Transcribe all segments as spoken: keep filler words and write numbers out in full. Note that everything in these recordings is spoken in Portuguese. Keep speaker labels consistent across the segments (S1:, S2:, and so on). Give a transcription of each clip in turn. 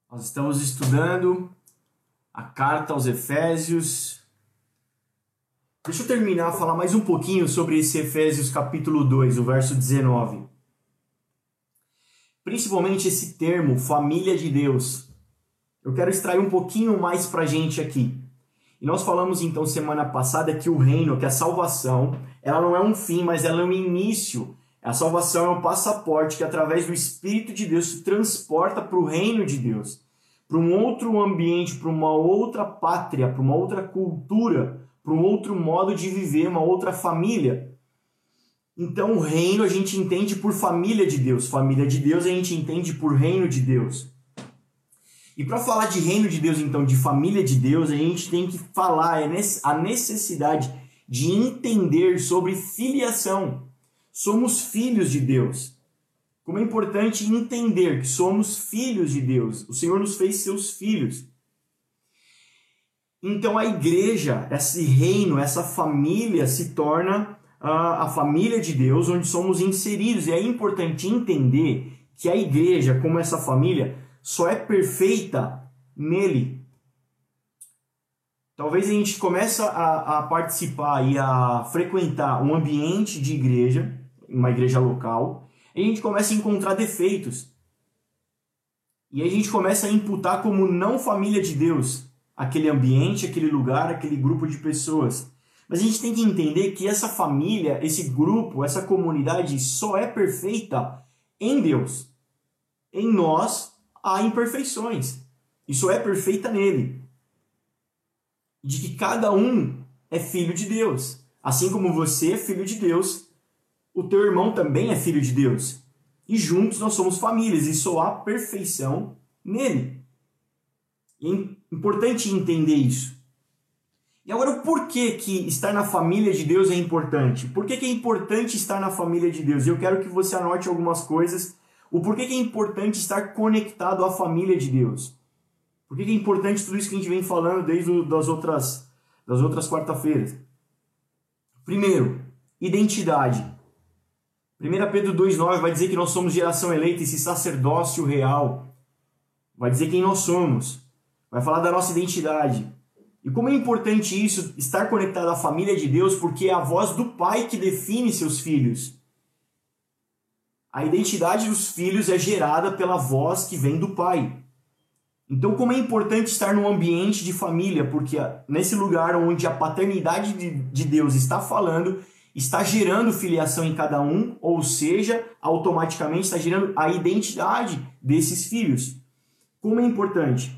S1: Nós estamos estudando a carta aos Efésios. Deixa eu terminar, falar mais um pouquinho sobre esse Efésios capítulo dois, o verso dezenove. Principalmente esse termo, família de Deus. Eu quero extrair um pouquinho mais pra gente aqui. E nós falamos então semana passada que o reino, que a salvação, ela não é um fim, mas ela é um início. A salvação é um passaporte que através do Espírito de Deus se transporta para o reino de Deus, para um outro ambiente, para uma outra pátria, para uma outra cultura, para um outro modo de viver, uma outra família. Então o reino a gente entende por família de Deus, família de Deus a gente entende por reino de Deus. E para falar de reino de Deus, então, de família de Deus, a gente tem que falar a necessidade de entender sobre filiação. Somos filhos de Deus. Como é importante entender que somos filhos de Deus. O Senhor nos fez seus filhos. Então a igreja, esse reino, essa família se torna a, a família de Deus, onde somos inseridos. E é importante entender que a igreja, como essa família, só é perfeita nele. Talvez a gente comece a, a participar e a frequentar um ambiente de igreja, uma igreja local, e a gente começa a encontrar defeitos. E aí a gente começa a imputar como não família de Deus aquele ambiente, aquele lugar, aquele grupo de pessoas. Mas a gente tem que entender que essa família, esse grupo, essa comunidade só é perfeita em Deus. Em nós há imperfeições. E só é perfeita nele. De que cada um é filho de Deus. Assim como você é filho de Deus, o teu irmão também é filho de Deus. E juntos nós somos famílias. E só há perfeição nele. E é importante entender isso. E agora, o porquê que estar na família de Deus é importante? Por que que é importante estar na família de Deus? E eu quero que você anote algumas coisas. O porquê que é importante estar conectado à família de Deus? Por que que é importante tudo isso que a gente vem falando desde as outras, das outras quarta-feiras? Primeiro, identidade. primeira Pedro dois, nove vai dizer que nós somos geração eleita, esse sacerdócio real. Vai dizer quem nós somos. Vai falar da nossa identidade. E como é importante isso, estar conectado à família de Deus, porque é a voz do Pai que define seus filhos. A identidade dos filhos é gerada pela voz que vem do Pai. Então, como é importante estar num ambiente de família, porque nesse lugar onde a paternidade de Deus está falando, está gerando filiação em cada um, ou seja, automaticamente está gerando a identidade desses filhos. Como é importante?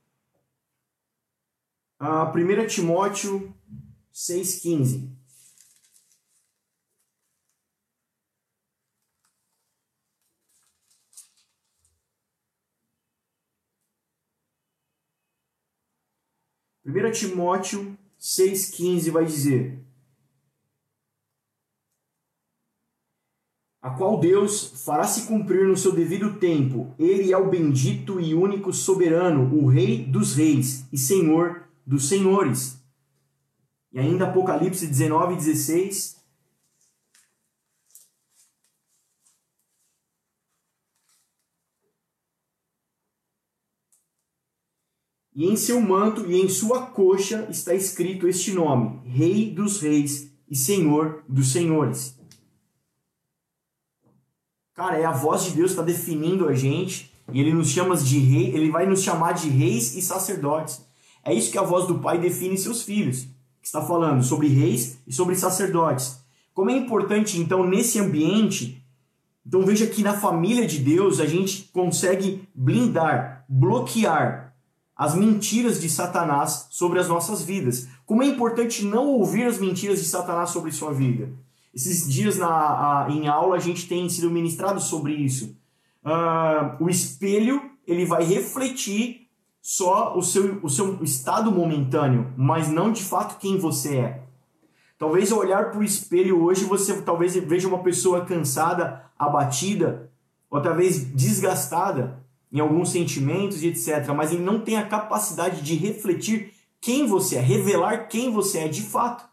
S1: A primeira Timóteo seis, quinze. primeira Timóteo seis, quinze vai dizer: a qual Deus fará se cumprir no seu devido tempo. Ele é o bendito e único soberano, o Rei dos reis e Senhor dos senhores. E ainda Apocalipse dezenove, dezesseis. E em seu manto e em sua coxa está escrito este nome: Rei dos reis e Senhor dos senhores. Cara, é a voz de Deus que está definindo a gente, e ele nos chama de rei, ele vai nos chamar de reis e sacerdotes. É isso que a voz do Pai define seus filhos, que está falando sobre reis e sobre sacerdotes. Como é importante, então, nesse ambiente, então veja que na família de Deus a gente consegue blindar, bloquear as mentiras de Satanás sobre as nossas vidas. Como é importante não ouvir as mentiras de Satanás sobre sua vida. Esses dias na, a, em aula a gente tem sido ministrado sobre isso. Uh, o espelho ele vai refletir só o seu, o seu estado momentâneo, mas não de fato quem você é. Talvez ao olhar para o espelho hoje você talvez veja uma pessoa cansada, abatida, ou talvez desgastada em alguns sentimentos e etcétera. Mas ele não tem a capacidade de refletir quem você é, revelar quem você é de fato.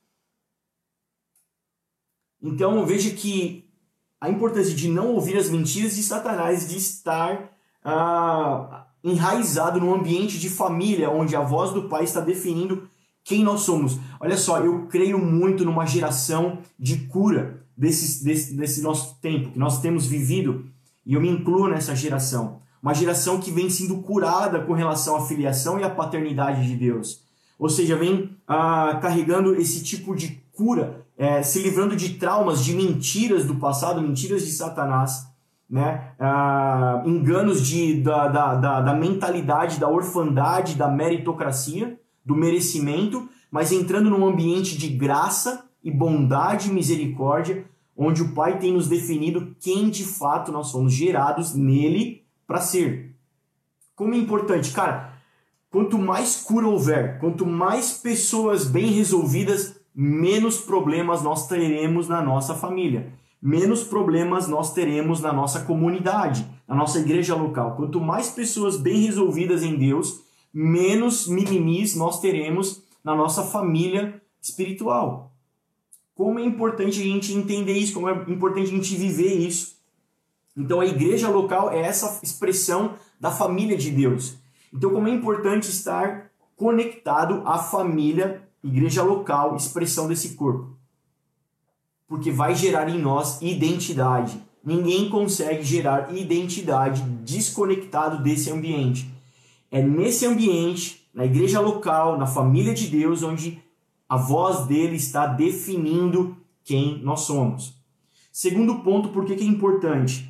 S1: Então veja que a importância de não ouvir as mentiras de Satanás, de estar ah, enraizado no ambiente de família, onde a voz do Pai está definindo quem nós somos. Olha só, eu creio muito numa geração de cura desse, desse, desse nosso tempo, que nós temos vivido, e eu me incluo nessa geração. Uma geração que vem sendo curada com relação à filiação e à paternidade de Deus. Ou seja, vem ah, carregando esse tipo de cura, é, se livrando de traumas, de mentiras do passado, mentiras de Satanás, né? ah, enganos de, da, da, da, da mentalidade, da orfandade, da meritocracia, do merecimento, mas entrando num ambiente de graça e bondade e misericórdia, onde o Pai tem nos definido quem de fato nós somos, gerados nele para ser. Como é importante, cara, quanto mais cura houver, quanto mais pessoas bem resolvidas, menos problemas nós teremos na nossa família, menos problemas nós teremos na nossa comunidade, na nossa igreja local. Quanto mais pessoas bem resolvidas em Deus, menos mimimis nós teremos na nossa família espiritual. Como é importante a gente entender isso, como é importante a gente viver isso. Então a igreja local é essa expressão da família de Deus. Então como é importante estar conectado à família, igreja local, expressão desse corpo. Porque vai gerar em nós identidade. Ninguém consegue gerar identidade desconectado desse ambiente. É nesse ambiente, na igreja local, na família de Deus, onde a voz dele está definindo quem nós somos. Segundo ponto, por que que é importante?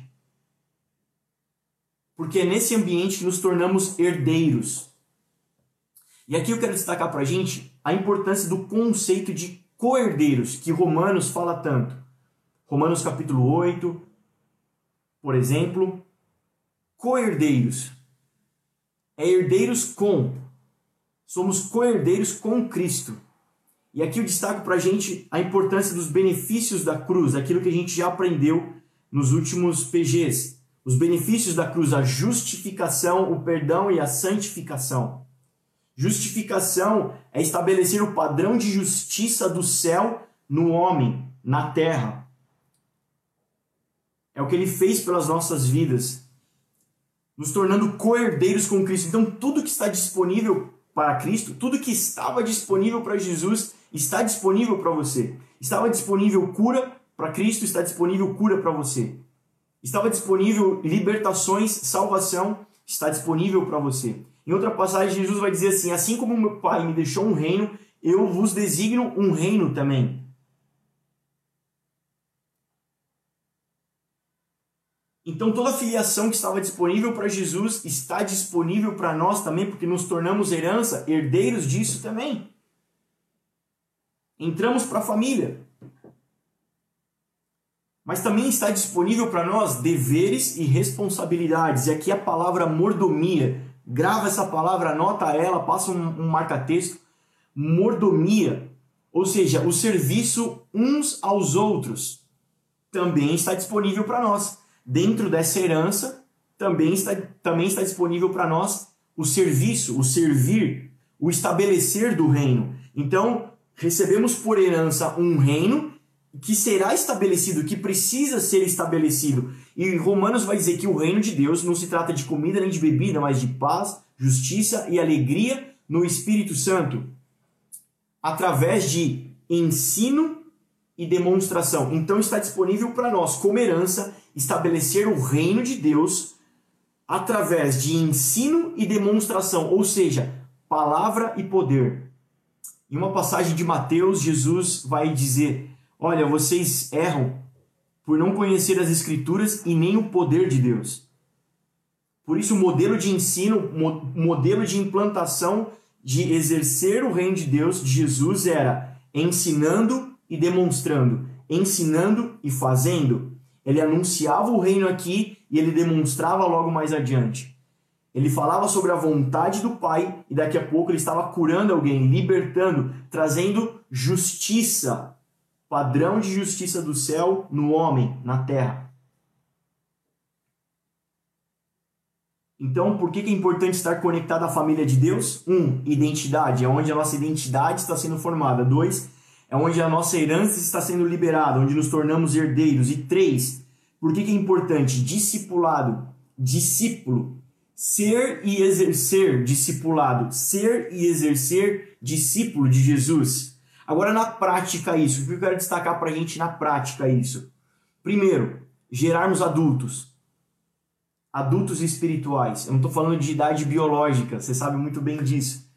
S1: Porque é nesse ambiente que nos tornamos herdeiros. E aqui eu quero destacar para a gente a importância do conceito de co-herdeiros, que Romanos fala tanto. Romanos capítulo oito, por exemplo, co-herdeiros. É herdeiros com. Somos co-herdeiros com Cristo. E aqui eu destaco para a gente a importância dos benefícios da cruz, aquilo que a gente já aprendeu nos últimos P Gs. Os benefícios da cruz, a justificação, o perdão e a santificação. Justificação é estabelecer o padrão de justiça do céu no homem, na terra. É o que ele fez pelas nossas vidas, nos tornando co-herdeiros com Cristo. Então tudo que está disponível para Cristo, tudo que estava disponível para Jesus, está disponível para você. Estava disponível cura para Cristo, está disponível cura para você. Estava disponível libertações, salvação, está disponível para você. Em outra passagem, Jesus vai dizer assim: assim como meu Pai me deixou um reino, eu vos designo um reino também. Então toda a filiação que estava disponível para Jesus está disponível para nós também, porque nos tornamos herança, herdeiros disso também. Entramos para a família. Mas também está disponível para nós deveres e responsabilidades. E aqui a palavra mordomia. Grava essa palavra, anota ela, passa um, um marca-texto. Mordomia. Ou seja, o serviço uns aos outros também está disponível para nós. Dentro dessa herança, também está, também está disponível para nós o serviço, o servir, o estabelecer do reino. Então, recebemos por herança um reino que será estabelecido, que precisa ser estabelecido. E Romanos vai dizer que o reino de Deus não se trata de comida nem de bebida, mas de paz, justiça e alegria no Espírito Santo, através de ensino e demonstração. Então está disponível para nós, como herança, estabelecer o reino de Deus através de ensino e demonstração, ou seja, palavra e poder. Em uma passagem de Mateus, Jesus vai dizer: olha, vocês erram por não conhecer as Escrituras e nem o poder de Deus. Por isso, o modelo de ensino, o modelo de implantação, de exercer o reino de Deus, de Jesus, era ensinando e demonstrando, ensinando e fazendo. Ele anunciava o reino aqui e ele demonstrava logo mais adiante. Ele falava sobre a vontade do Pai e daqui a pouco ele estava curando alguém, libertando, trazendo justiça, padrão de justiça do céu no homem, na terra. Então, por que é importante estar conectado à família de Deus? Um, identidade, é onde a nossa identidade está sendo formada. Dois, é onde a nossa herança está sendo liberada, onde nos tornamos herdeiros. E três, por que é importante? Discipulado, discípulo. ser e exercer discipulado, ser e exercer discípulo de Jesus. Agora, na prática, isso. O que eu quero destacar para a gente na prática, isso. Primeiro, gerarmos adultos. Adultos espirituais. Eu não estou falando de idade biológica, você sabe muito bem disso.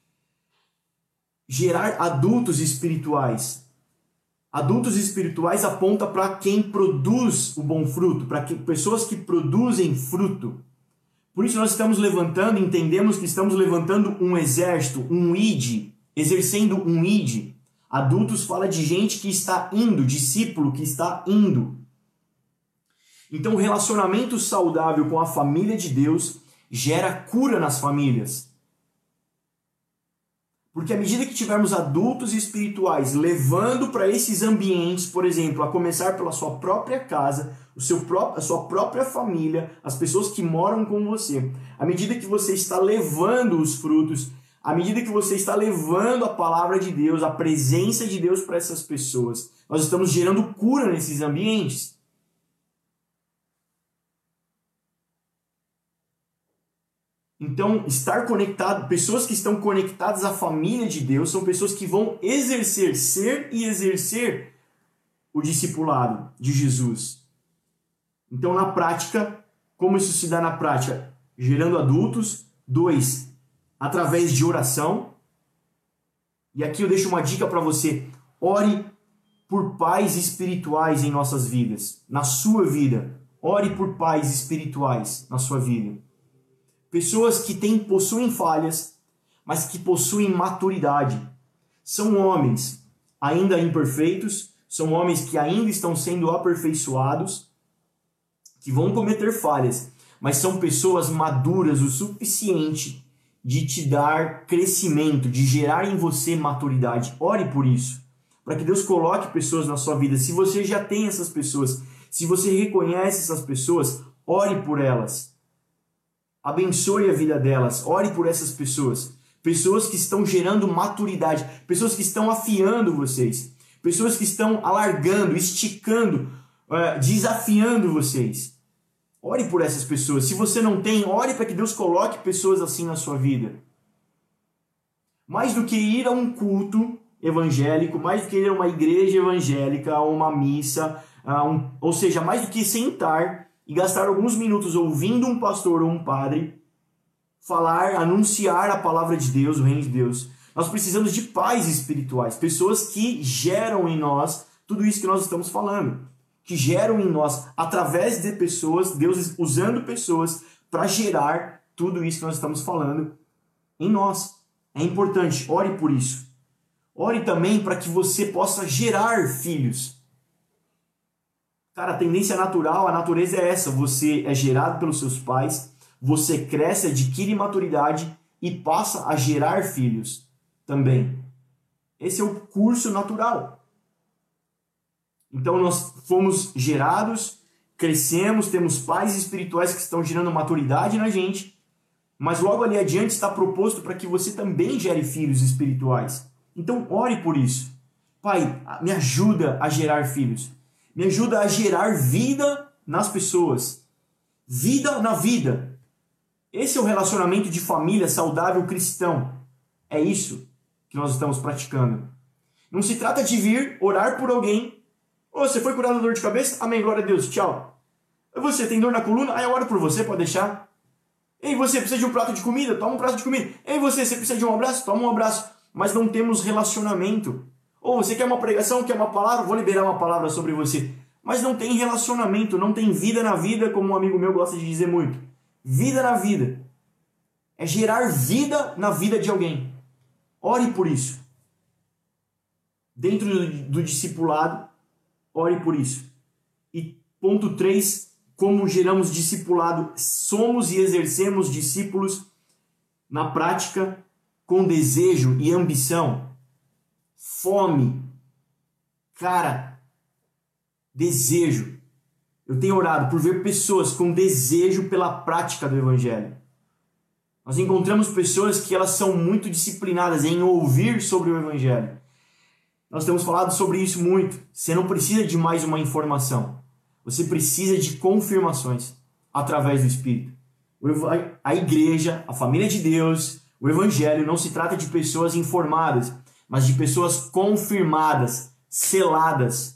S1: Gerar adultos espirituais. Adultos espirituais aponta para quem produz o bom fruto, para pessoas que produzem fruto. Por isso nós estamos levantando, entendemos que estamos levantando um exército, um I D, exercendo um I D. Adultos fala de gente que está indo, discípulo que está indo. Então, o relacionamento saudável com a família de Deus gera cura nas famílias. Porque à medida que tivermos adultos espirituais levando para esses ambientes, por exemplo, a começar pela sua própria casa, o seu pró- a sua própria família, as pessoas que moram com você, à medida que você está levando os frutos, à medida que você está levando a palavra de Deus, a presença de Deus para essas pessoas, nós estamos gerando cura nesses ambientes. Então, estar conectado, pessoas que estão conectadas à família de Deus são pessoas que vão exercer, ser e exercer o discipulado de Jesus. Então, na prática, como isso se dá na prática? Gerando adultos. Dois, através de oração. E aqui eu deixo uma dica para você. Ore por pais espirituais em nossas vidas, na sua vida. Ore por pais espirituais na sua vida. Pessoas que têm, possuem falhas, mas que possuem maturidade. São homens ainda imperfeitos, são homens que ainda estão sendo aperfeiçoados, que vão cometer falhas, mas são pessoas maduras o suficiente de te dar crescimento, de gerar em você maturidade. Ore por isso, para que Deus coloque pessoas na sua vida. Se você já tem essas pessoas, se você reconhece essas pessoas, ore por elas. Abençoe a vida delas, ore por essas pessoas. Pessoas que estão gerando maturidade, pessoas que estão afiando vocês, pessoas que estão alargando, esticando, uh, desafiando vocês. Ore por essas pessoas. Se você não tem, ore para que Deus coloque pessoas assim na sua vida. Mais do que ir a um culto evangélico, mais do que ir a uma igreja evangélica, a uma missa, a um, ou seja, mais do que sentar e gastar alguns minutos ouvindo um pastor ou um padre falar, anunciar a palavra de Deus, o reino de Deus. Nós precisamos de pais espirituais, pessoas que geram em nós tudo isso que nós estamos falando, que geram em nós, através de pessoas, Deus usando pessoas para gerar tudo isso que nós estamos falando em nós. É importante, ore por isso. Ore também para que você possa gerar filhos. Cara, a tendência natural, a natureza é essa. Você é gerado pelos seus pais, você cresce, adquire maturidade e passa a gerar filhos também. Esse é o curso natural. Então nós fomos gerados, crescemos, temos pais espirituais que estão gerando maturidade na gente, mas logo ali adiante está proposto para que você também gere filhos espirituais. Então ore por isso. Pai, me ajuda a gerar filhos. Me ajuda a gerar vida nas pessoas. Vida na vida. Esse é o relacionamento de família saudável cristão. É isso que nós estamos praticando. Não se trata de vir orar por alguém. Ô, você foi curado da dor de cabeça? Amém, glória a Deus, tchau. Você tem dor na coluna? Aí eu oro por você, pode deixar. Ei, você precisa de um prato de comida? Toma um prato de comida. Ei, você, você precisa de um abraço? Toma um abraço. Mas não temos relacionamento. Ou você quer uma pregação, quer uma palavra? Vou liberar uma palavra sobre você. Mas não tem relacionamento, não tem vida na vida, como um amigo meu gosta de dizer muito. Vida na vida. É gerar vida na vida de alguém. Ore por isso. Dentro do, do discipulado, ore por isso. E ponto três, como geramos discipulado, somos e exercemos discípulos na prática com desejo e ambição. Fome. Cara, desejo. Eu tenho orado por ver pessoas com desejo pela prática do Evangelho. Nós encontramos pessoas que elas são muito disciplinadas em ouvir sobre o Evangelho. Nós temos falado sobre isso muito. Você não precisa de mais uma informação. Você precisa de confirmações através do Espírito. A igreja, a família de Deus, o evangelho não se trata de pessoas informadas, mas de pessoas confirmadas, seladas.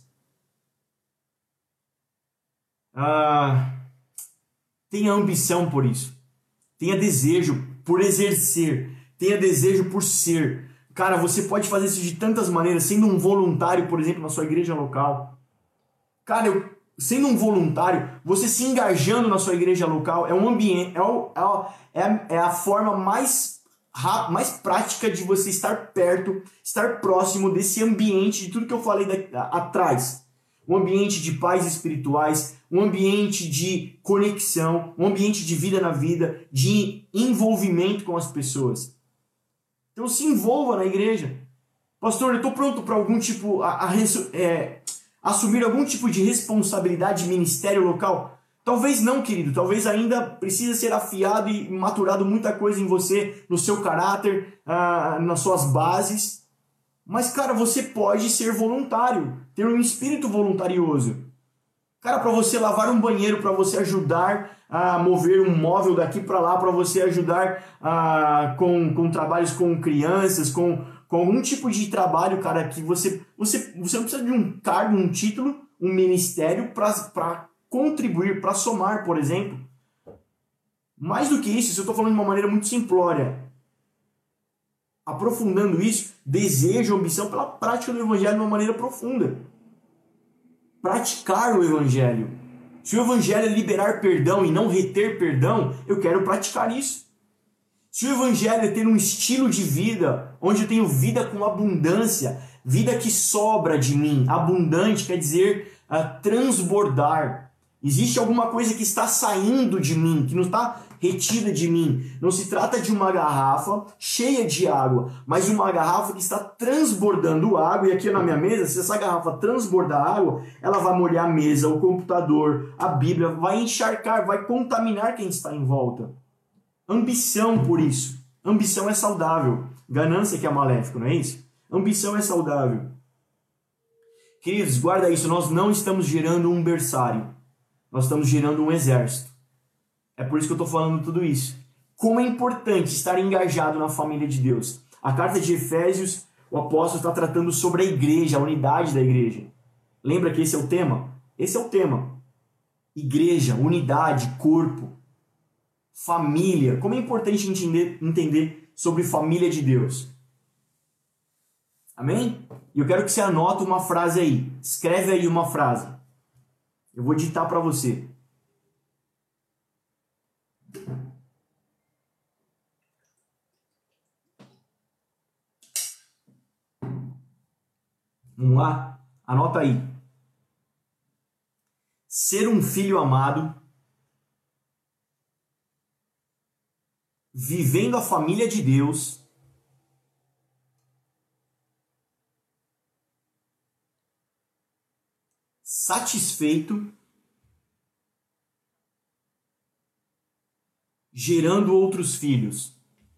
S1: Ah, tenha ambição por isso. Tenha desejo por exercer. Tenha desejo por ser. Cara, você pode fazer isso de tantas maneiras, sendo um voluntário, por exemplo, na sua igreja local. Cara, eu, sendo um voluntário, você se engajando na sua igreja local é um ambiente, é, o, é, o, é, a, é a forma mais, mais prática de você estar perto, estar próximo desse ambiente, de tudo que eu falei da, atrás. Um ambiente de paz espirituais, um ambiente de conexão, um ambiente de vida na vida, de envolvimento com as pessoas. Então se envolva na igreja. Pastor, eu estou pronto para algum tipo, a, a, é, assumir algum tipo de responsabilidade de ministério local? Talvez não, querido. Talvez ainda precisa ser afiado e maturado muita coisa em você, no seu caráter, ah, nas suas bases. Mas, cara, você pode ser voluntário, ter um espírito voluntarioso. Cara, para você lavar um banheiro, para você ajudar a mover um móvel daqui para lá, para você ajudar a, com, com trabalhos com crianças, com, com algum tipo de trabalho, cara, que você, você, você não precisa de um cargo, um título, um ministério para contribuir, para somar, por exemplo. Mais do que isso, isso eu estou falando de uma maneira muito simplória. Aprofundando isso, desejo, ambição pela prática do evangelho de uma maneira profunda. Praticar o evangelho. Se o evangelho é liberar perdão e não reter perdão, eu quero praticar isso. Se o evangelho é ter um estilo de vida, onde eu tenho vida com abundância, vida que sobra de mim, abundante quer dizer uh, transbordar. Existe alguma coisa que está saindo de mim, que não está retida de mim. Não se trata de uma garrafa cheia de água, mas uma garrafa que está transbordando água. E aqui na minha mesa, se essa garrafa transbordar água, ela vai molhar a mesa, o computador, a Bíblia, vai encharcar, vai contaminar quem está em volta. Ambição por isso. Ambição é saudável. Ganância que é maléfico, não é isso? Ambição é saudável. Queridos, guarda isso. Nós não estamos gerando um berçário. Nós estamos gerando um exército. É por isso que eu estou falando tudo isso. Como é importante estar engajado na família de Deus. A carta de Efésios, o apóstolo está tratando sobre a igreja, a unidade da igreja. Lembra que esse é o tema? Esse é o tema. Igreja, unidade, corpo, família. Como é importante entender, entender sobre família de Deus. Amém? E eu quero que você anote uma frase aí. Escreve aí uma frase. Eu vou ditar para você. Vamos lá? Anota aí. Ser um filho amado, vivendo a família de Deus, satisfeito, gerando outros filhos.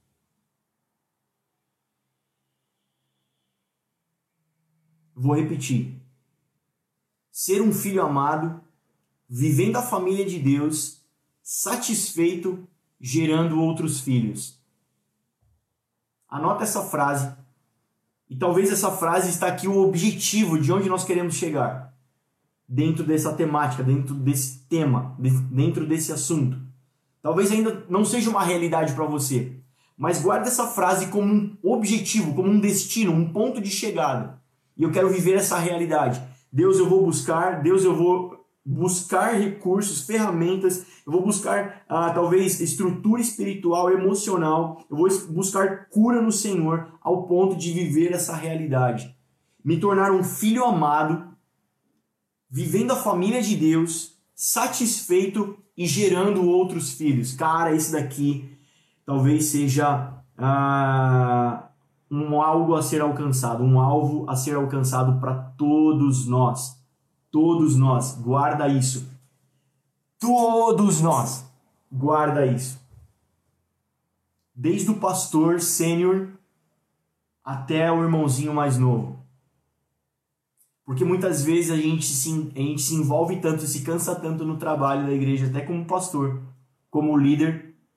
S1: Vou repetir. Ser um filho amado, vivendo a família de Deus, satisfeito, gerando outros filhos. Anota essa frase. E talvez essa frase está aqui o objetivo de onde nós queremos chegar. Dentro dessa temática, dentro desse tema, dentro desse assunto. Talvez ainda não seja uma realidade para você, mas guarda essa frase como um objetivo, como um destino, um ponto de chegada. E eu quero viver essa realidade. Deus, eu vou buscar, Deus, eu vou buscar recursos, ferramentas, eu vou buscar ah, talvez estrutura espiritual, emocional, eu vou buscar cura no Senhor ao ponto de viver essa realidade. Me tornar um filho amado, vivendo a família de Deus, satisfeito e gerando outros filhos. Cara, esse daqui talvez seja ah, um algo a ser alcançado, um alvo a ser alcançado para todos nós. Todos nós, guarda isso. Todos nós, guarda isso. Desde o pastor sênior até o irmãozinho mais novo. Porque muitas vezes a gente, se, a gente se envolve tanto, se cansa tanto no trabalho da igreja, até como pastor, como líder,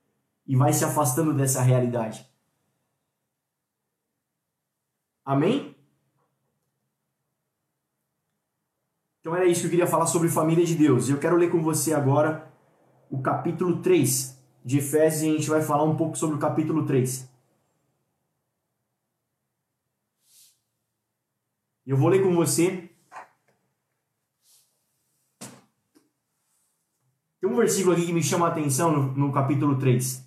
S1: e vai se afastando dessa realidade. Amém? Então era isso que eu queria falar sobre família de Deus. Eu quero ler com você agora o capítulo três de Efésios e a gente vai falar um pouco sobre o capítulo três. Eu vou ler com você. Tem um versículo aqui que me chama a atenção no, no capítulo três.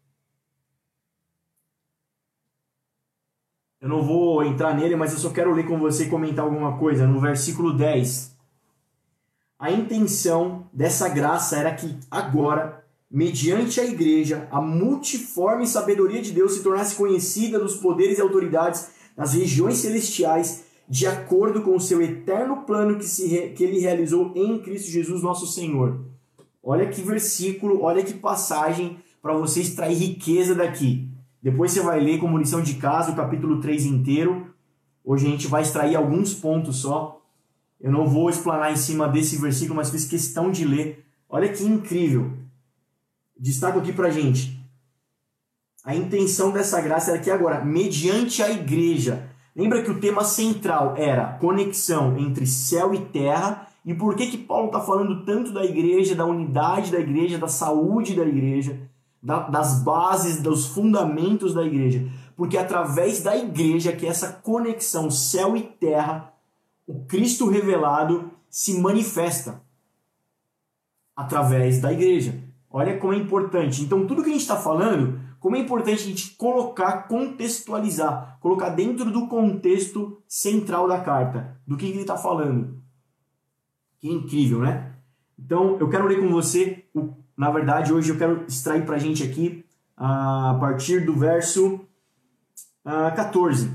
S1: Eu não vou entrar nele, mas eu só quero ler com você e comentar alguma coisa. No versículo dez. A intenção dessa graça era que agora, mediante a igreja, a multiforme sabedoria de Deus se tornasse conhecida dos poderes e autoridades nas regiões celestiais, de acordo com o seu eterno plano que, se re... que ele realizou em Cristo Jesus, nosso Senhor. Olha que versículo, olha que passagem para você extrair riqueza daqui. Depois você vai ler como lição de casa o capítulo três inteiro. Hoje a gente vai extrair alguns pontos só. Eu não vou explanar em cima desse versículo, mas fiz questão de ler. Olha que incrível. Destaco aqui pra gente. A intenção dessa graça era que agora, mediante a igreja. Lembra que o tema central era conexão entre céu e terra. E por que que Paulo está falando tanto da igreja, da unidade da igreja, da saúde da igreja, da, das bases, dos fundamentos da igreja? Porque através da igreja, que é essa conexão céu e terra, o Cristo revelado se manifesta através da igreja. Olha como é importante. Então, tudo que a gente está falando, como é importante a gente colocar, contextualizar, colocar dentro do contexto central da carta, do que ele está falando. Que incrível, né? Então, eu quero ler com você, na verdade, hoje eu quero extrair para a gente aqui, a partir do verso quatorze.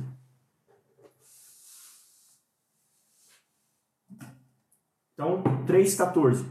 S1: Então, três, quatorze.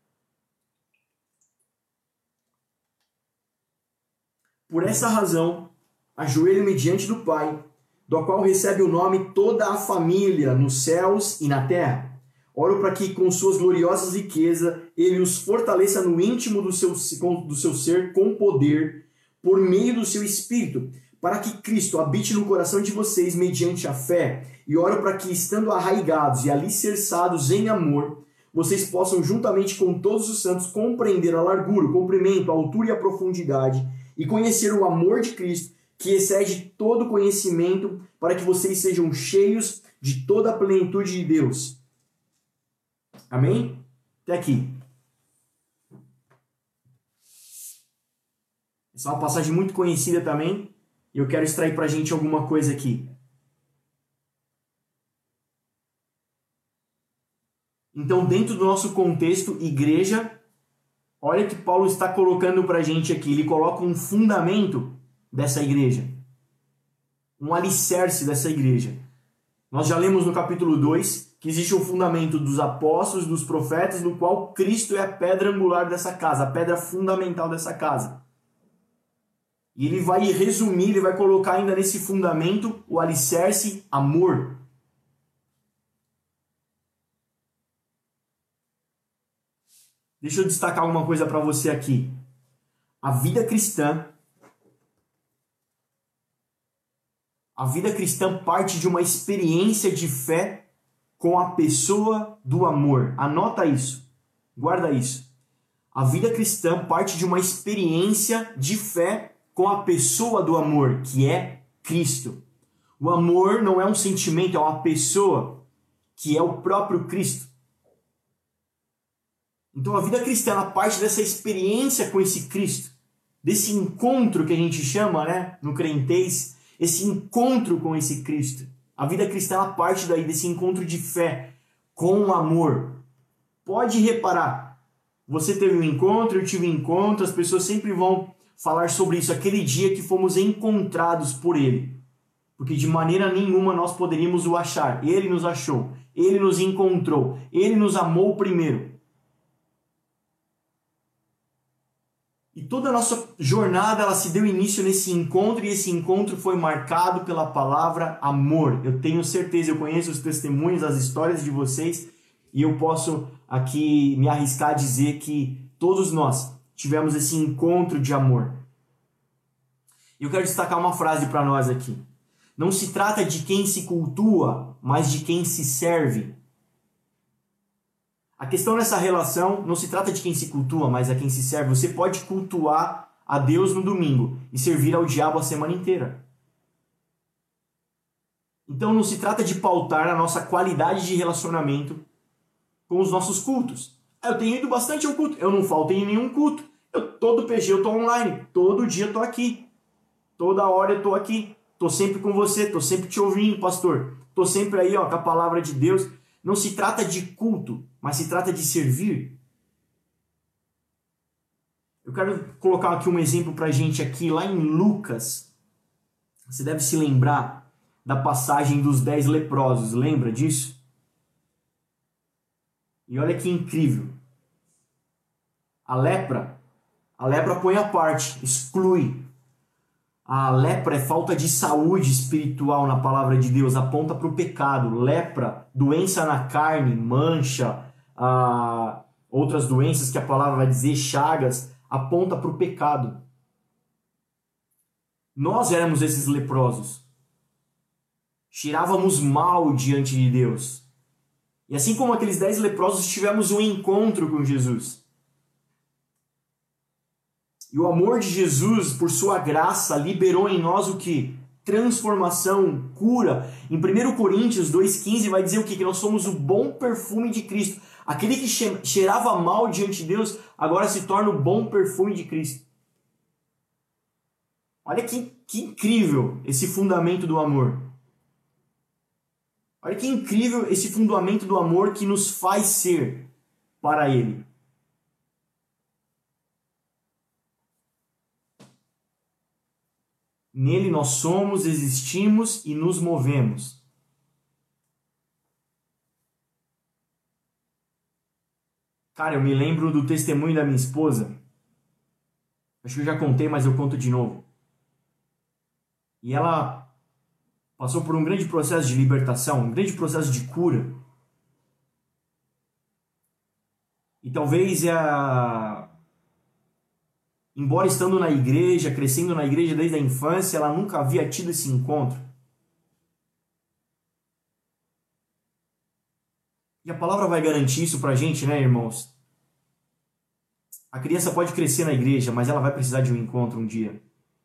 S1: Por essa razão, ajoelho-me diante do Pai, do qual recebe o nome toda a família nos céus e na terra. Oro para que, com suas gloriosas riquezas, ele os fortaleça no íntimo do seu, do seu ser com poder, por meio do seu Espírito, para que Cristo habite no coração de vocês mediante a fé. E oro para que, estando arraigados e alicerçados em amor, vocês possam, juntamente com todos os santos, compreender a largura, o comprimento, a altura e a profundidade, e conhecer o amor de Cristo, que excede todo conhecimento, para que vocês sejam cheios de toda a plenitude de Deus. Amém? Até aqui. Essa é uma passagem muito conhecida também, e eu quero extrair para a gente alguma coisa aqui. Então, dentro do nosso contexto, igreja, olha que Paulo está colocando para a gente aqui. Ele coloca um fundamento dessa igreja, um alicerce dessa igreja. Nós já lemos no capítulo dois que existe o fundamento dos apóstolos, dos profetas, no qual Cristo é a pedra angular dessa casa, a pedra fundamental dessa casa. E ele vai resumir, ele vai colocar ainda nesse fundamento o alicerce amor. Deixa eu destacar alguma coisa para você aqui. A vida cristã, a vida cristã parte de uma experiência de fé com a pessoa do amor. Anota isso. Guarda isso. A vida cristã parte de uma experiência de fé com a pessoa do amor, que é Cristo. O amor não é um sentimento, é uma pessoa, que é o próprio Cristo. Então a vida cristã ela parte dessa experiência com esse Cristo, desse encontro que a gente chama, né, no crentez, esse encontro com esse Cristo. A vida cristã ela parte daí desse encontro de fé com o amor. Pode reparar, você teve um encontro, eu tive um encontro, as pessoas sempre vão falar sobre isso, aquele dia que fomos encontrados por Ele. Porque de maneira nenhuma nós poderíamos o achar. Ele nos achou, Ele nos encontrou, Ele nos amou primeiro. E toda a nossa jornada ela se deu início nesse encontro, e esse encontro foi marcado pela palavra amor. Eu tenho certeza, eu conheço os testemunhos, as histórias de vocês, e eu posso aqui me arriscar a dizer que todos nós tivemos esse encontro de amor. Eu quero destacar uma frase para nós aqui. Não se trata de quem se cultua, mas de quem se serve. A questão nessa relação não se trata de quem se cultua, mas a quem se serve. Você pode cultuar a Deus no domingo e servir ao diabo a semana inteira. Então não se trata de pautar a nossa qualidade de relacionamento com os nossos cultos. Eu tenho ido bastante ao culto, eu não falto em nenhum culto. Eu, todo P G eu estou online, todo dia eu estou aqui. Toda hora eu estou aqui. Estou sempre com você, estou sempre te ouvindo, pastor. Estou sempre aí ó, com a palavra de Deus. Não se trata de culto, mas se trata de servir. Eu quero colocar aqui um exemplo para a gente aqui, lá em Lucas. Você deve se lembrar da passagem dos dez leprosos, lembra disso? E olha que incrível. A lepra, a lepra põe à parte, exclui. A lepra é falta de saúde espiritual na palavra de Deus, aponta para o pecado. Lepra, doença na carne, mancha, ah, outras doenças que a palavra vai dizer, chagas, aponta para o pecado. Nós éramos esses leprosos. Cheirávamos mal diante de Deus. E assim como aqueles dez leprosos, tivemos um encontro com Jesus. E o amor de Jesus, por sua graça, liberou em nós o que? Transformação, cura. Em primeiro Coríntios dois quinze vai dizer o que? Que nós somos o bom perfume de Cristo. Aquele que cheirava mal diante de Deus, agora se torna o bom perfume de Cristo. Olha que, que incrível esse fundamento do amor. Olha que incrível esse fundamento do amor que nos faz ser para Ele. Nele nós somos, existimos e nos movemos. Cara, eu me lembro do testemunho da minha esposa. Acho que eu já contei, mas eu conto de novo. E ela passou por um grande processo de libertação, um grande processo de cura. E talvez a... Embora estando na igreja, crescendo na igreja desde a infância, ela nunca havia tido esse encontro. E a palavra vai garantir isso pra gente, né, irmãos? A criança pode crescer na igreja, mas ela vai precisar de um encontro um dia.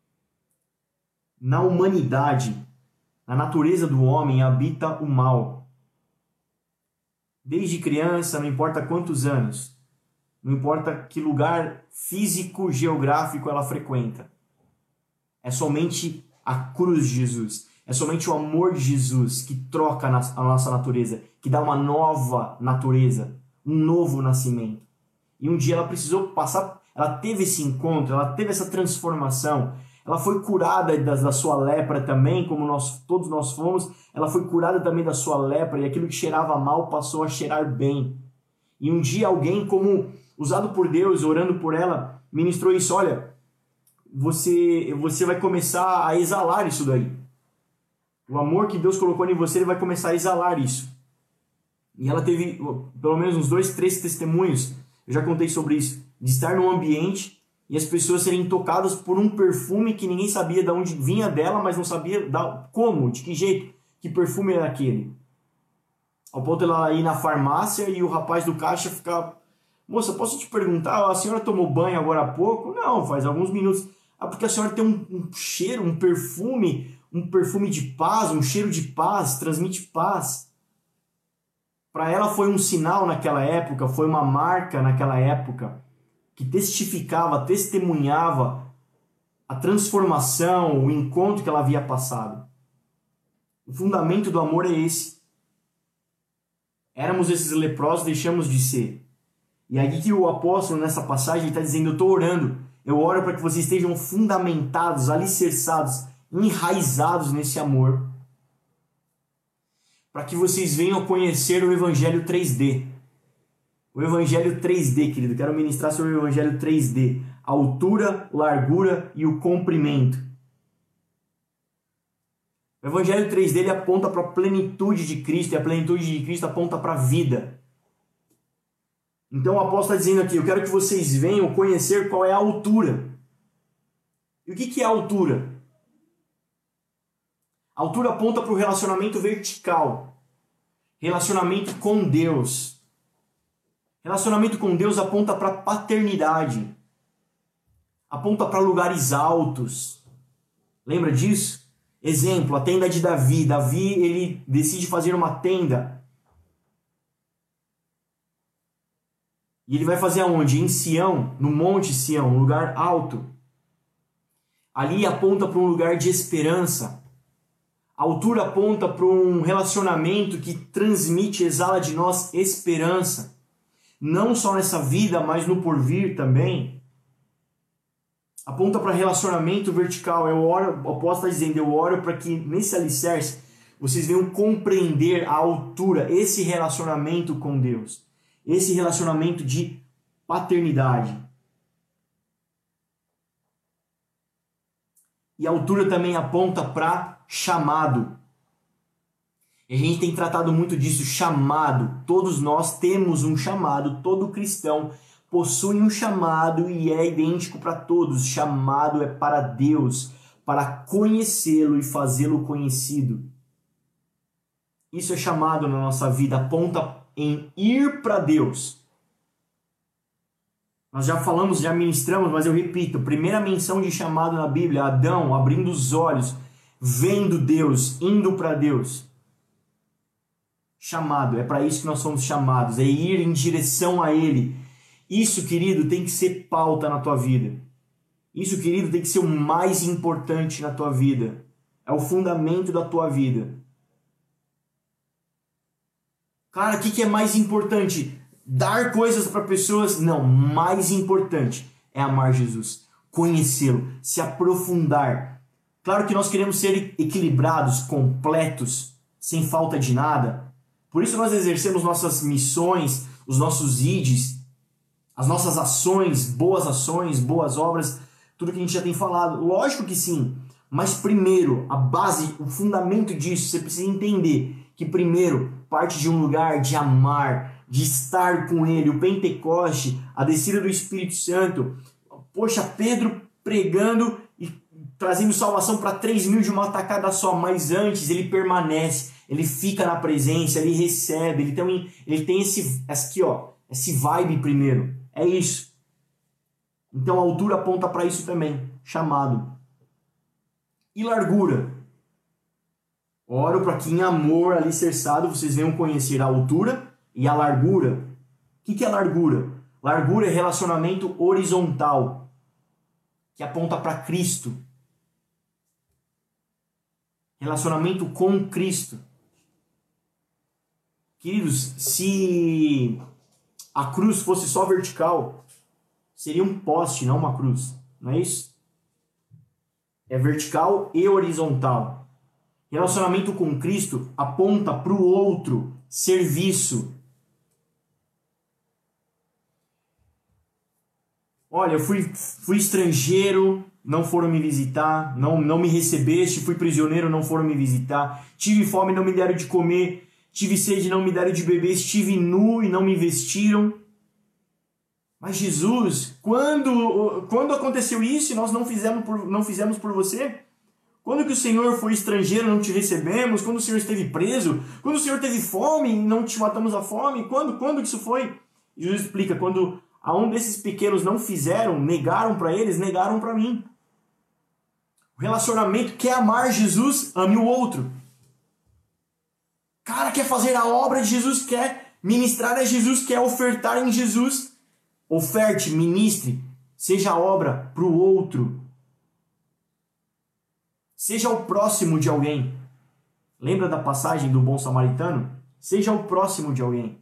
S1: Na humanidade, na natureza do homem, habita o mal. Desde criança, não importa quantos anos, não importa que lugar físico, geográfico ela frequenta. É somente a cruz de Jesus. É somente o amor de Jesus que troca a nossa natureza, que dá uma nova natureza, um novo nascimento. E um dia ela precisou passar, ela teve esse encontro, ela teve essa transformação. Ela foi curada da, da sua lepra também, como nós, todos nós fomos. Ela foi curada também da sua lepra e aquilo que cheirava mal passou a cheirar bem. E um dia alguém, como usado por Deus, orando por ela, ministrou isso. Olha, você, você vai começar a exalar isso daí. O amor que Deus colocou em você, ele vai começar a exalar isso. E ela teve pelo menos uns dois, três testemunhos, eu já contei sobre isso, de estar num ambiente e as pessoas serem tocadas por um perfume que ninguém sabia de onde vinha dela, mas não sabia da, como, de que jeito, que perfume era aquele. Ao ponto de ela ir na farmácia e o rapaz do caixa ficar... Moça, posso te perguntar, a senhora tomou banho agora há pouco? Não, faz alguns minutos. Ah, porque a senhora tem um, um cheiro, um perfume, um perfume de paz, um cheiro de paz, transmite paz. Para ela foi um sinal naquela época, foi uma marca naquela época, que testificava, testemunhava a transformação, o encontro que ela havia passado. O fundamento do amor é esse. Éramos esses leprosos, deixamos de ser. E aí que o apóstolo, nessa passagem, está dizendo, eu estou orando, eu oro para que vocês estejam fundamentados, alicerçados, enraizados nesse amor, para que vocês venham conhecer o Evangelho três D. O Evangelho três D, querido, quero ministrar sobre o Evangelho três D, a altura, largura e o comprimento. O Evangelho três D ele aponta para a plenitude de Cristo, e a plenitude de Cristo aponta para a vida. Então o apóstolo está dizendo aqui, eu quero que vocês venham conhecer qual é a altura. E o que, que é a altura? A altura aponta para o relacionamento vertical. Relacionamento com Deus. Relacionamento com Deus aponta para a paternidade. Aponta para lugares altos. Lembra disso? Exemplo, a tenda de Davi. Davi, ele decide fazer uma tenda. E ele vai fazer aonde? Em Sião, no Monte Sião, um lugar alto. Ali aponta para um lugar de esperança. A altura aponta para um relacionamento que transmite, exala de nós esperança. Não só nessa vida, mas no porvir também. Aponta para relacionamento vertical. Eu oro, o apóstolo está dizendo, eu oro para que nesse alicerce vocês venham compreender a altura, esse relacionamento com Deus. Esse relacionamento de paternidade. E a altura também aponta para chamado. E a gente tem tratado muito disso, chamado. Todos nós temos um chamado, todo cristão possui um chamado e é idêntico para todos. Chamado é para Deus, para conhecê-lo e fazê-lo conhecido. Isso é chamado na nossa vida, aponta em ir para Deus. Nós já falamos, já ministramos, mas eu repito, primeira menção de chamado na Bíblia, Adão abrindo os olhos, vendo Deus, indo para Deus. Chamado, é para isso que nós somos chamados, é ir em direção a Ele. Isso, querido, tem que ser pauta na tua vida. Isso, querido, tem que ser o mais importante na tua vida. É o fundamento da tua vida. Cara, o que, que é mais importante? Dar coisas para pessoas? Não, mais importante é amar Jesus, conhecê-lo, se aprofundar. Claro que nós queremos ser equilibrados, completos, sem falta de nada. Por isso nós exercemos nossas missões, os nossos ides, as nossas ações, boas ações, boas obras, tudo que a gente já tem falado. Lógico que sim, mas primeiro, a base, o fundamento disso, você precisa entender que primeiro parte de um lugar de amar, de estar com Ele. O Pentecoste, a descida do Espírito Santo. Poxa, Pedro pregando e trazendo salvação para três mil de uma tacada só, mas antes ele permanece, ele fica na presença, ele recebe, ele tem, ele tem esse, aqui, ó, esse vibe primeiro. É isso. Então a altura aponta para isso também, chamado. E largura? Oro para que em amor alicerçado vocês venham conhecer a altura e a largura. O que, que é largura? Largura é relacionamento horizontal, que aponta para Cristo. Relacionamento com Cristo. Queridos, se a cruz fosse só vertical, seria um poste, não uma cruz. Não é isso? É vertical e horizontal. Relacionamento com Cristo aponta para o outro, serviço. Olha, eu fui, fui estrangeiro, não foram me visitar, não, não me recebeste, fui prisioneiro, não foram me visitar, tive fome, não me deram de comer, tive sede, não me deram de beber, estive nu e não me vestiram. Mas Jesus, quando, quando aconteceu isso e nós não fizemos por, não fizemos por você? Quando que o Senhor foi estrangeiro, não te recebemos? Quando o Senhor esteve preso? Quando o Senhor teve fome e não te matamos a fome? Quando, quando que isso foi? Jesus explica, quando a um desses pequenos não fizeram, negaram para eles, negaram para mim. O relacionamento quer amar Jesus, ame o outro. Cara, quer fazer a obra de Jesus, quer ministrar a Jesus, quer ofertar em Jesus. Oferte, ministre, seja a obra para o outro. Seja o próximo de alguém. Lembra da passagem do bom samaritano? Seja o próximo de alguém.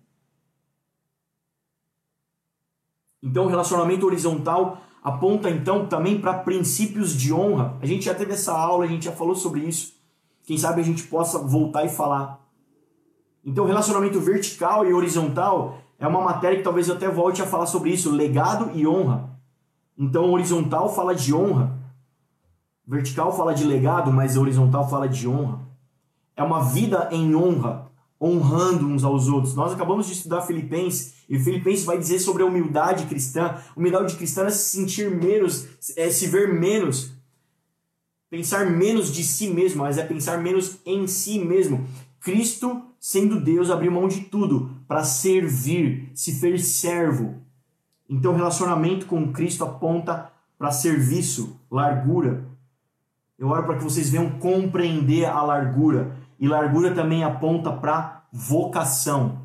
S1: Então, o relacionamento horizontal aponta, então, também para princípios de honra. A gente já teve essa aula, a gente já falou sobre isso. Quem sabe a gente possa voltar e falar. Então, relacionamento vertical e horizontal é uma matéria que talvez eu até volte a falar sobre isso. Legado e honra. Então, horizontal fala de honra. Vertical fala de legado, mas horizontal fala de honra. É uma vida em honra, honrando uns aos outros. Nós acabamos de estudar Filipenses, e Filipenses vai dizer sobre a humildade cristã. Humildade cristã é se sentir menos, é se ver menos. Pensar menos de si mesmo, mas é pensar menos em si mesmo. Cristo, sendo Deus, abriu mão de tudo para servir, se fez servo. Então, relacionamento com Cristo aponta para serviço, largura. Eu oro para que vocês venham compreender a largura. E largura também aponta para vocação.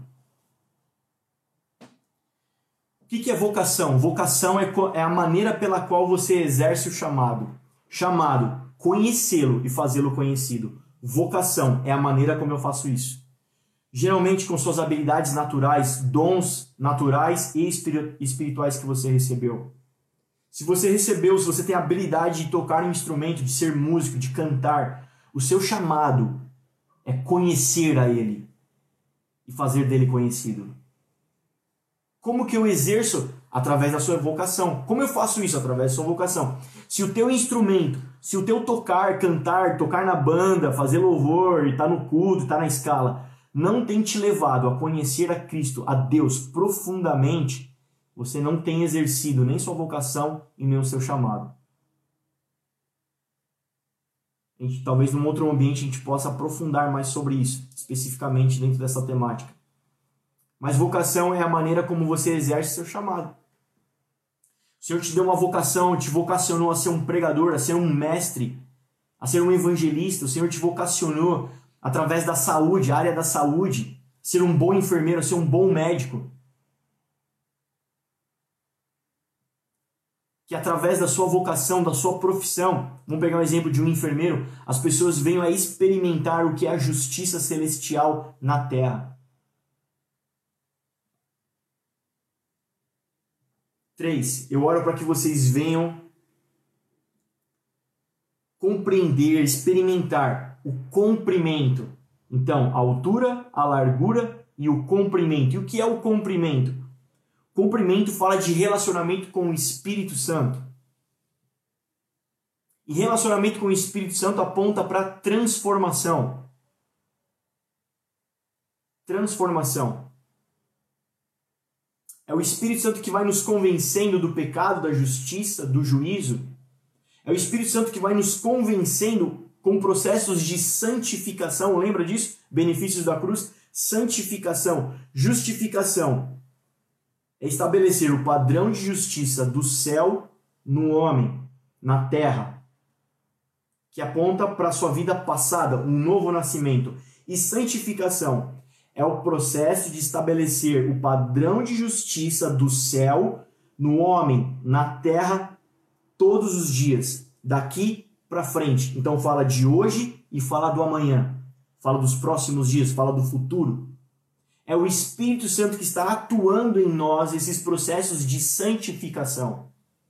S1: O que é vocação? Vocação é a maneira pela qual você exerce o chamado. Chamado, conhecê-lo e fazê-lo conhecido. Vocação é a maneira como eu faço isso. Geralmente com suas habilidades naturais, dons naturais e espirituais que você recebeu. Se você recebeu, se você tem a habilidade de tocar um instrumento, de ser músico, de cantar, o seu chamado é conhecer a Ele e fazer dele conhecido. Como que eu exerço? Através da sua vocação. Como eu faço isso? Através da sua vocação. Se o teu instrumento, se o teu tocar, cantar, tocar na banda, fazer louvor, estar no culto, estar na escala, não tem te levado a conhecer a Cristo, a Deus profundamente, você não tem exercido nem sua vocação e nem o seu chamado. A gente, talvez num outro ambiente a gente possa aprofundar mais sobre isso, especificamente dentro dessa temática. Mas vocação é a maneira como você exerce seu chamado. O Senhor te deu uma vocação, te vocacionou a ser um pregador, a ser um mestre, a ser um evangelista. O Senhor te vocacionou através da saúde, a área da saúde, ser um bom enfermeiro, ser um bom médico. Que através da sua vocação, da sua profissão, vamos pegar um exemplo de um enfermeiro, as pessoas venham a experimentar o que é a justiça celestial na terra. Três, eu oro para que vocês venham compreender, experimentar o comprimento. Então, a altura, a largura e o comprimento. E o que é o comprimento? Comprimento fala de relacionamento com o Espírito Santo. E relacionamento com o Espírito Santo aponta para transformação. Transformação. É o Espírito Santo que vai nos convencendo do pecado, da justiça, do juízo. É o Espírito Santo que vai nos convencendo com processos de santificação. Lembra disso? Benefícios da cruz. Santificação, justificação. É estabelecer o padrão de justiça do céu no homem, na terra, que aponta para a sua vida passada, um novo nascimento. E santificação é o processo de estabelecer o padrão de justiça do céu no homem, na terra, todos os dias, daqui para frente. Então fala de hoje e fala do amanhã. Fala dos próximos dias, fala do futuro. É o Espírito Santo que está atuando em nós esses processos de santificação.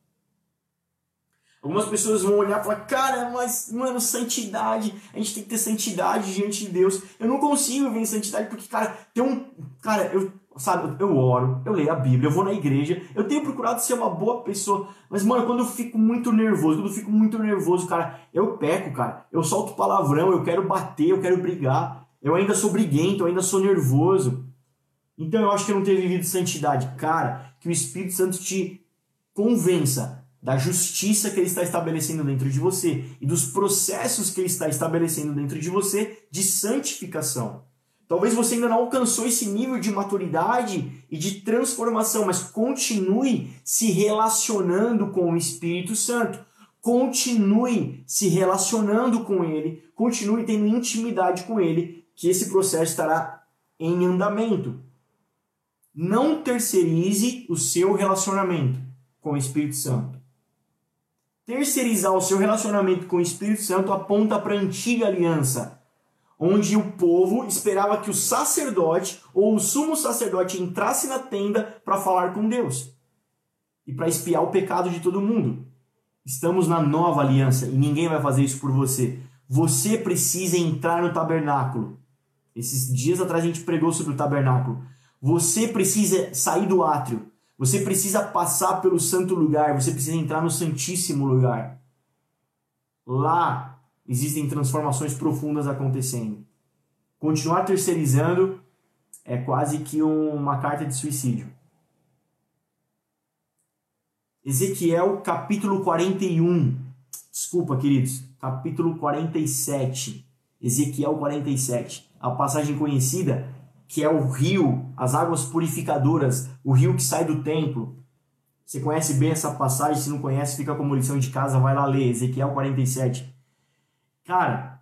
S1: Algumas pessoas vão olhar e falar, cara, mas, mano, santidade, a gente tem que ter santidade diante de Deus. Eu não consigo ver em santidade porque, cara, tem um... Cara, eu, sabe, eu oro, eu leio a Bíblia, eu vou na igreja, eu tenho procurado ser uma boa pessoa, mas, mano, quando eu fico muito nervoso, quando eu fico muito nervoso, cara, eu peco, cara, eu solto palavrão, eu quero bater, eu quero brigar, eu ainda sou briguento, eu ainda sou nervoso. Então eu acho que eu não tenho vivido santidade. Cara, que o Espírito Santo te convença da justiça que Ele está estabelecendo dentro de você e dos processos que Ele está estabelecendo dentro de você de santificação. Talvez você ainda não alcançou esse nível de maturidade e de transformação, mas continue se relacionando com o Espírito Santo. Continue se relacionando com Ele, continue tendo intimidade com Ele, que esse processo estará em andamento. Não terceirize o seu relacionamento com o Espírito Santo. Terceirizar o seu relacionamento com o Espírito Santo aponta para a antiga aliança, onde o povo esperava que o sacerdote ou o sumo sacerdote entrasse na tenda para falar com Deus e para expiar o pecado de todo mundo. Estamos na nova aliança e ninguém vai fazer isso por você. Você precisa entrar no tabernáculo. Esses dias atrás a gente pregou sobre o tabernáculo. Você precisa sair do átrio. Você precisa passar pelo santo lugar. Você precisa entrar no santíssimo lugar. Lá existem transformações profundas acontecendo. Continuar terceirizando é quase que uma carta de suicídio. Ezequiel capítulo quarenta e um. Desculpa, queridos. capítulo quarenta e sete, Ezequiel quarenta e sete, a passagem conhecida, que é o rio, as águas purificadoras, o rio que sai do templo. Você conhece bem essa passagem? Se não conhece, fica como lição de casa, vai lá ler, Ezequiel quarenta e sete. Cara,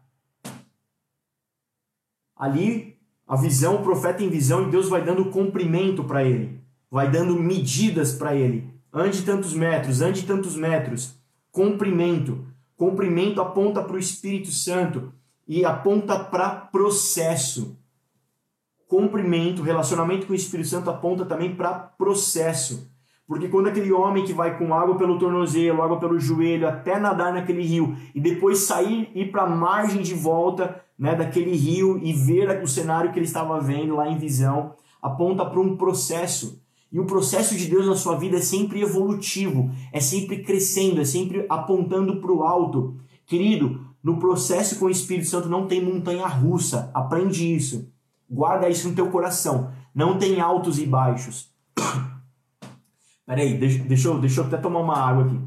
S1: ali, a visão, o profeta em visão, e Deus vai dando comprimento para ele, vai dando medidas para ele. Ande tantos metros, ande tantos metros. Comprimento. Comprimento aponta para o Espírito Santo e aponta para processo. Comprimento, relacionamento com o Espírito Santo aponta também para processo. Porque quando aquele homem que vai com água pelo tornozelo, água pelo joelho, até nadar naquele rio, e depois sair e ir para a margem de volta, né, daquele rio e ver o cenário que ele estava vendo lá em visão, aponta para um processo. E o processo de Deus na sua vida é sempre evolutivo, é sempre crescendo, é sempre apontando para o alto. Querido, no processo com o Espírito Santo não tem montanha-russa, aprende isso. Guarda isso no teu coração. Não tem altos e baixos. Peraí, deixa, deixa, eu, deixa eu até tomar uma água aqui.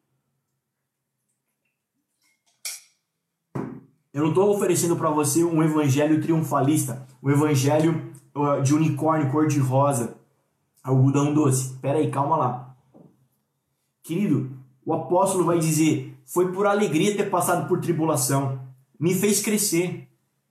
S1: Eu não estou oferecendo para você um evangelho triunfalista, um evangelho uh, de unicórnio cor-de-rosa, algodão doce. Peraí, calma lá. Querido, o apóstolo vai dizer, foi por alegria ter passado por tribulação. Me fez crescer.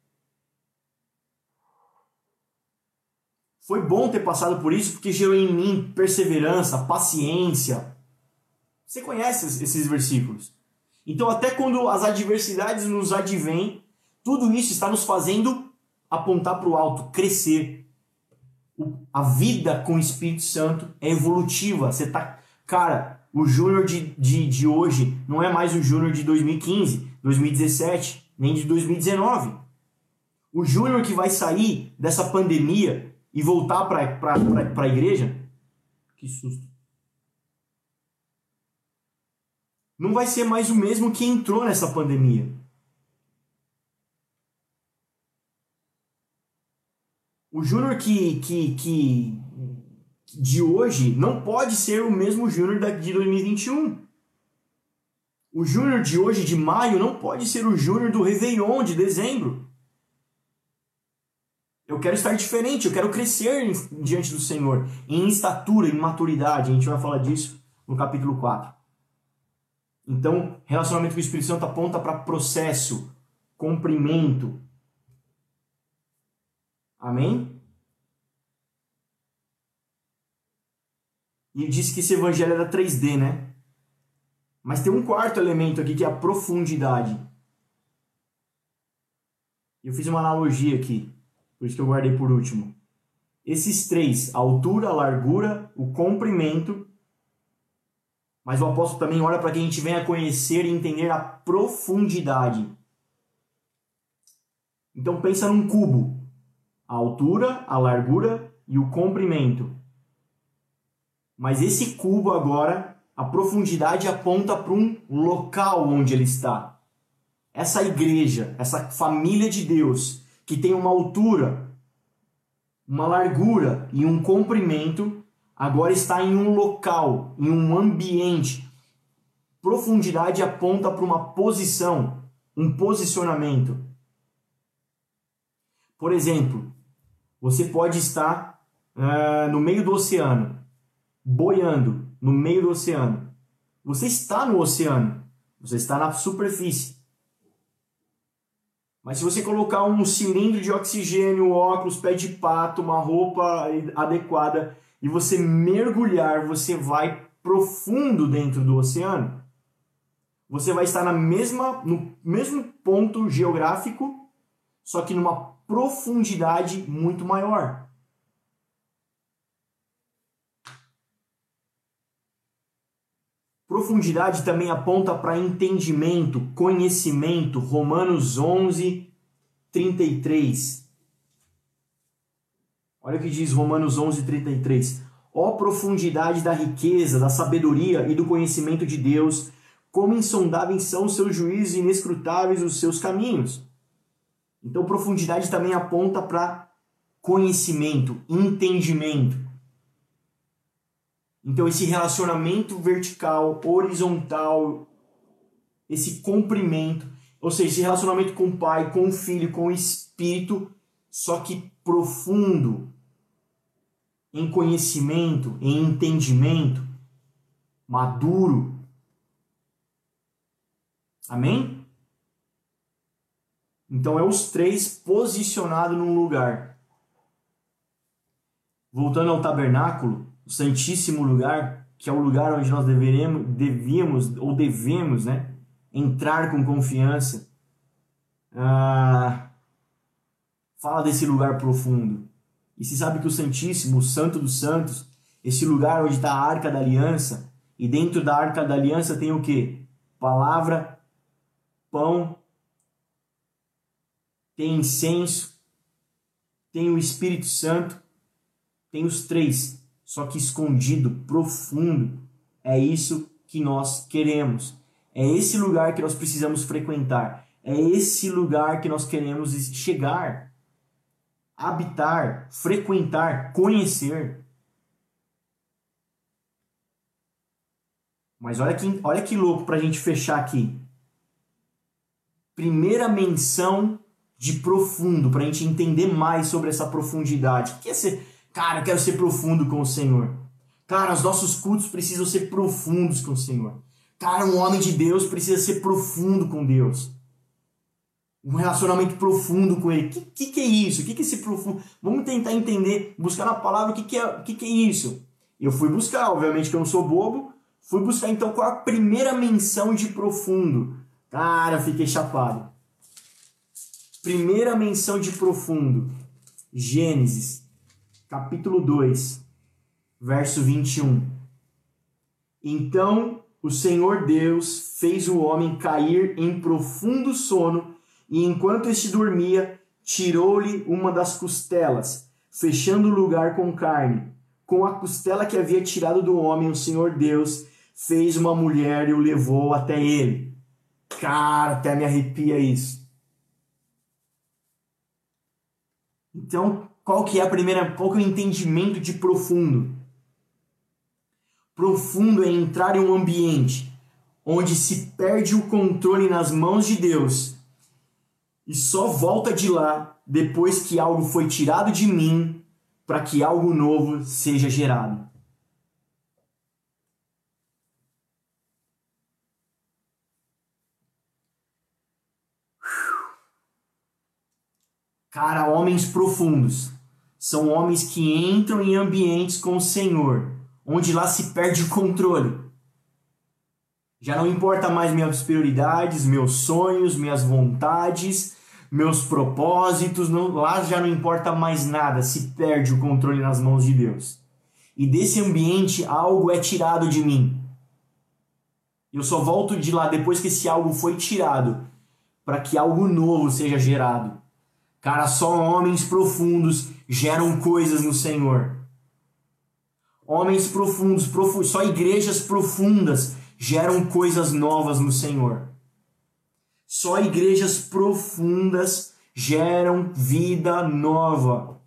S1: Foi bom ter passado por isso porque gerou em mim perseverança, paciência. Você conhece esses versículos. Então, até quando as adversidades nos advêm, tudo isso está nos fazendo apontar para o alto, crescer. A vida com o Espírito Santo é evolutiva. Você tá, cara, o Júnior de, de, de hoje não é mais o Júnior de dois mil e quinze, dois mil e dezessete, nem de dois mil e dezenove. O Júnior que vai sair dessa pandemia e voltar para a igreja, que susto, não vai ser mais o mesmo que entrou nessa pandemia. O Júnior que, que, que de hoje não pode ser o mesmo Júnior de dois mil e vinte e um. O Júnior de hoje, de maio, não pode ser o Júnior do Réveillon de dezembro. Eu quero estar diferente, eu quero crescer em, diante do Senhor, em estatura, em maturidade. A gente vai falar disso no capítulo quatro. Então, relacionamento com o Espírito Santo aponta para processo, comprimento. Amém? E ele disse que esse evangelho era três D, né? Mas tem um quarto elemento aqui que é a profundidade. Eu fiz uma analogia aqui, por isso que eu guardei por último. Esses três, a altura, a largura, o comprimento. Mas o apóstolo também olha para que a gente venha conhecer e entender a profundidade. Então pensa num cubo. A altura, a largura e o comprimento. Mas esse cubo agora, a profundidade aponta para um local onde ele está. Essa igreja, essa família de Deus, que tem uma altura, uma largura e um comprimento, agora está em um local, em um ambiente. Profundidade aponta para uma posição, um posicionamento. Por exemplo, você pode estar uh, no meio do oceano, boiando no meio do oceano. Você está no oceano, você está na superfície. Mas se você colocar um cilindro de oxigênio, óculos, pé de pato, uma roupa adequada e você mergulhar, você vai profundo dentro do oceano. Você vai estar na mesma, no mesmo ponto geográfico, só que numa profundidade muito maior. Profundidade também aponta para entendimento, conhecimento. Romanos onze, trinta e três. Olha o que diz Romanos onze, trinta e três. Ó profundidade da riqueza, da sabedoria e do conhecimento de Deus, como insondáveis são os seus juízos e inescrutáveis os seus caminhos. Então, profundidade também aponta para conhecimento, entendimento. Então, esse relacionamento vertical, horizontal, esse comprimento, ou seja, esse relacionamento com o Pai, com o Filho, com o Espírito, só que profundo, em conhecimento, em entendimento, maduro. Amém? Então é os três posicionados num lugar. Voltando ao tabernáculo, o Santíssimo Lugar, que é o lugar onde nós deveremos, devíamos ou devemos, né, entrar com confiança, ah, fala desse lugar profundo. E se sabe que o Santíssimo, o Santo dos Santos, esse lugar onde está a Arca da Aliança, e dentro da Arca da Aliança tem o quê? Palavra, pão, tem incenso, tem o Espírito Santo, tem os três, só que escondido, profundo. É isso que nós queremos. É esse lugar que nós precisamos frequentar. É esse lugar que nós queremos chegar, habitar, frequentar, conhecer. Mas olha que, olha que louco para a gente fechar aqui. Primeira menção de profundo, para a gente entender mais sobre essa profundidade. O que é ser? Cara, eu quero ser profundo com o Senhor. Cara, os nossos cultos precisam ser profundos com o Senhor. Cara, um homem de Deus precisa ser profundo com Deus. Um relacionamento profundo com Ele. O que, que, que é isso? O que, que é esse profundo? Vamos tentar entender, buscar na palavra o que, que, é, o que, que é isso. Eu fui buscar, obviamente que eu não sou bobo. Fui buscar então qual a primeira menção de profundo. Cara, fiquei chapado. Primeira menção de profundo. Gênesis, capítulo dois, verso vinte e um. Então o Senhor Deus fez o homem cair em profundo sono, e enquanto este dormia, tirou-lhe uma das costelas, fechando o lugar com carne. Com a costela que havia tirado do homem, o Senhor Deus fez uma mulher e o levou até ele. Cara, até me arrepia isso. Então, qual que é a primeira, qual que é o entendimento de profundo? Profundo é entrar em um ambiente onde se perde o controle nas mãos de Deus e só volta de lá depois que algo foi tirado de mim para que algo novo seja gerado. Cara, homens profundos são homens que entram em ambientes com o Senhor, onde lá se perde o controle. Já não importa mais minhas prioridades, meus sonhos, minhas vontades, meus propósitos, não, lá já não importa mais nada, se perde o controle nas mãos de Deus. E desse ambiente algo é tirado de mim. Eu só volto de lá depois que esse algo foi tirado, para que algo novo seja gerado. Cara, só homens profundos geram coisas no Senhor. Homens profundos, profu- só igrejas profundas geram coisas novas no Senhor. Só igrejas profundas geram vida nova.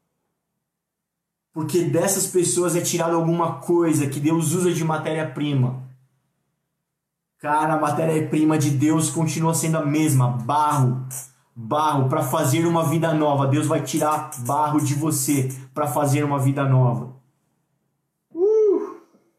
S1: Porque dessas pessoas é tirado alguma coisa que Deus usa de matéria-prima. Cara, a matéria-prima de Deus continua sendo a mesma, barro. Barro para fazer uma vida nova. Deus vai tirar barro de você para fazer uma vida nova. Uh!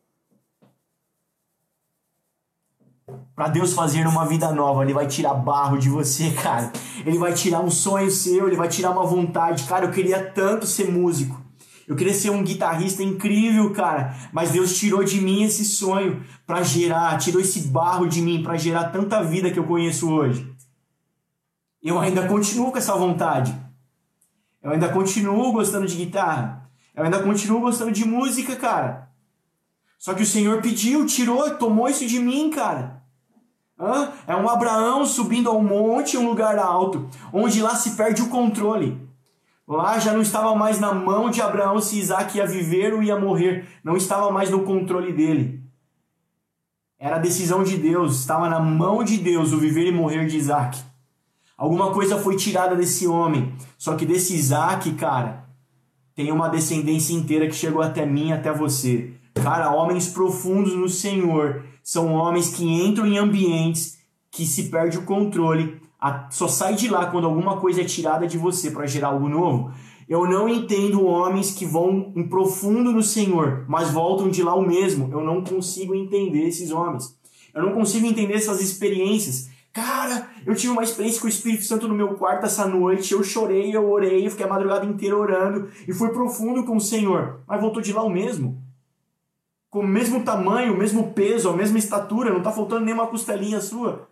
S1: Para Deus fazer uma vida nova, Ele vai tirar barro de você, cara. Ele vai tirar um sonho seu, Ele vai tirar uma vontade. Cara, eu queria tanto ser músico. Eu queria ser um guitarrista incrível, cara. Mas Deus tirou de mim esse sonho para gerar, tirou esse barro de mim para gerar tanta vida que eu conheço hoje. Eu ainda continuo com essa vontade. Eu ainda continuo gostando de guitarra. Eu ainda continuo gostando de música, cara. Só que o Senhor pediu, tirou, tomou isso de mim, cara. Hã? É um Abraão subindo ao monte, um lugar alto, onde lá se perde o controle. Lá já não estava mais na mão de Abraão se Isaac ia viver ou ia morrer. Não estava mais no controle dele. Era a decisão de Deus. Estava na mão de Deus o viver e morrer de Isaac. Alguma coisa foi tirada desse homem. Só que desse Isaac, cara, tem uma descendência inteira que chegou até mim, até você. Cara, homens profundos no Senhor são homens que entram em ambientes que se perde o controle, a, só sai de lá quando alguma coisa é tirada de você para gerar algo novo. Eu não entendo homens que vão em profundo no Senhor, mas voltam de lá o mesmo. Eu não consigo entender esses homens. Eu não consigo entender essas experiências. Cara, eu tive uma experiência com o Espírito Santo no meu quarto essa noite, eu chorei, eu orei, eu fiquei a madrugada inteira orando, e fui profundo com o Senhor, mas voltou de lá o mesmo. Com o mesmo tamanho, o mesmo peso, a mesma estatura, não tá faltando nenhuma costelinha sua.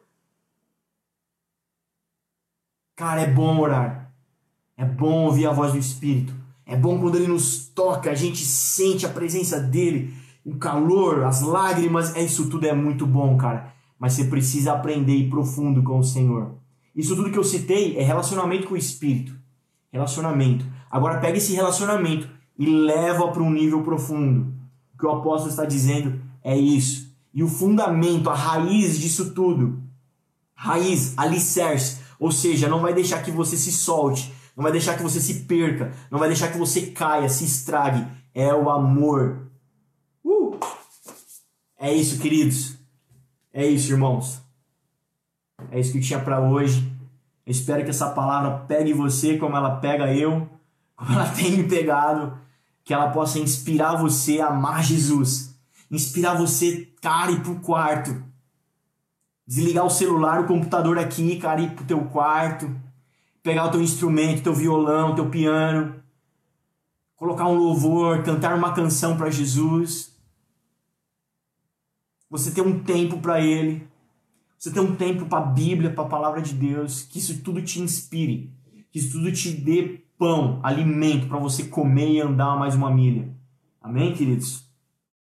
S1: Cara, é bom orar. É bom ouvir a voz do Espírito. É bom quando Ele nos toca, a gente sente a presença dEle, o calor, as lágrimas, isso tudo é muito bom, cara. Mas você precisa aprender a ir profundo com o Senhor. Isso tudo que eu citei é relacionamento com o Espírito. Relacionamento. Agora pega esse relacionamento e leva para um nível profundo. O que o apóstolo está dizendo é isso. E o fundamento, a raiz disso tudo. Raiz, alicerce. Ou seja, não vai deixar que você se solte. Não vai deixar que você se perca. Não vai deixar que você caia, se estrague. É o amor. Uh! É isso, queridos. É isso, irmãos. É isso que eu tinha para hoje. Eu espero que essa palavra pegue você como ela pega eu, como ela tem me pegado, que ela possa inspirar você a amar Jesus, inspirar você, cara, ir pro quarto, desligar o celular, o computador aqui, cara, ir pro teu quarto, pegar o teu instrumento, teu violão, teu piano, colocar um louvor, cantar uma canção para Jesus. Você ter um tempo para Ele. Você ter um tempo para a Bíblia, para a Palavra de Deus. Que isso tudo te inspire. Que isso tudo te dê pão, alimento para você comer e andar mais uma milha. Amém, queridos?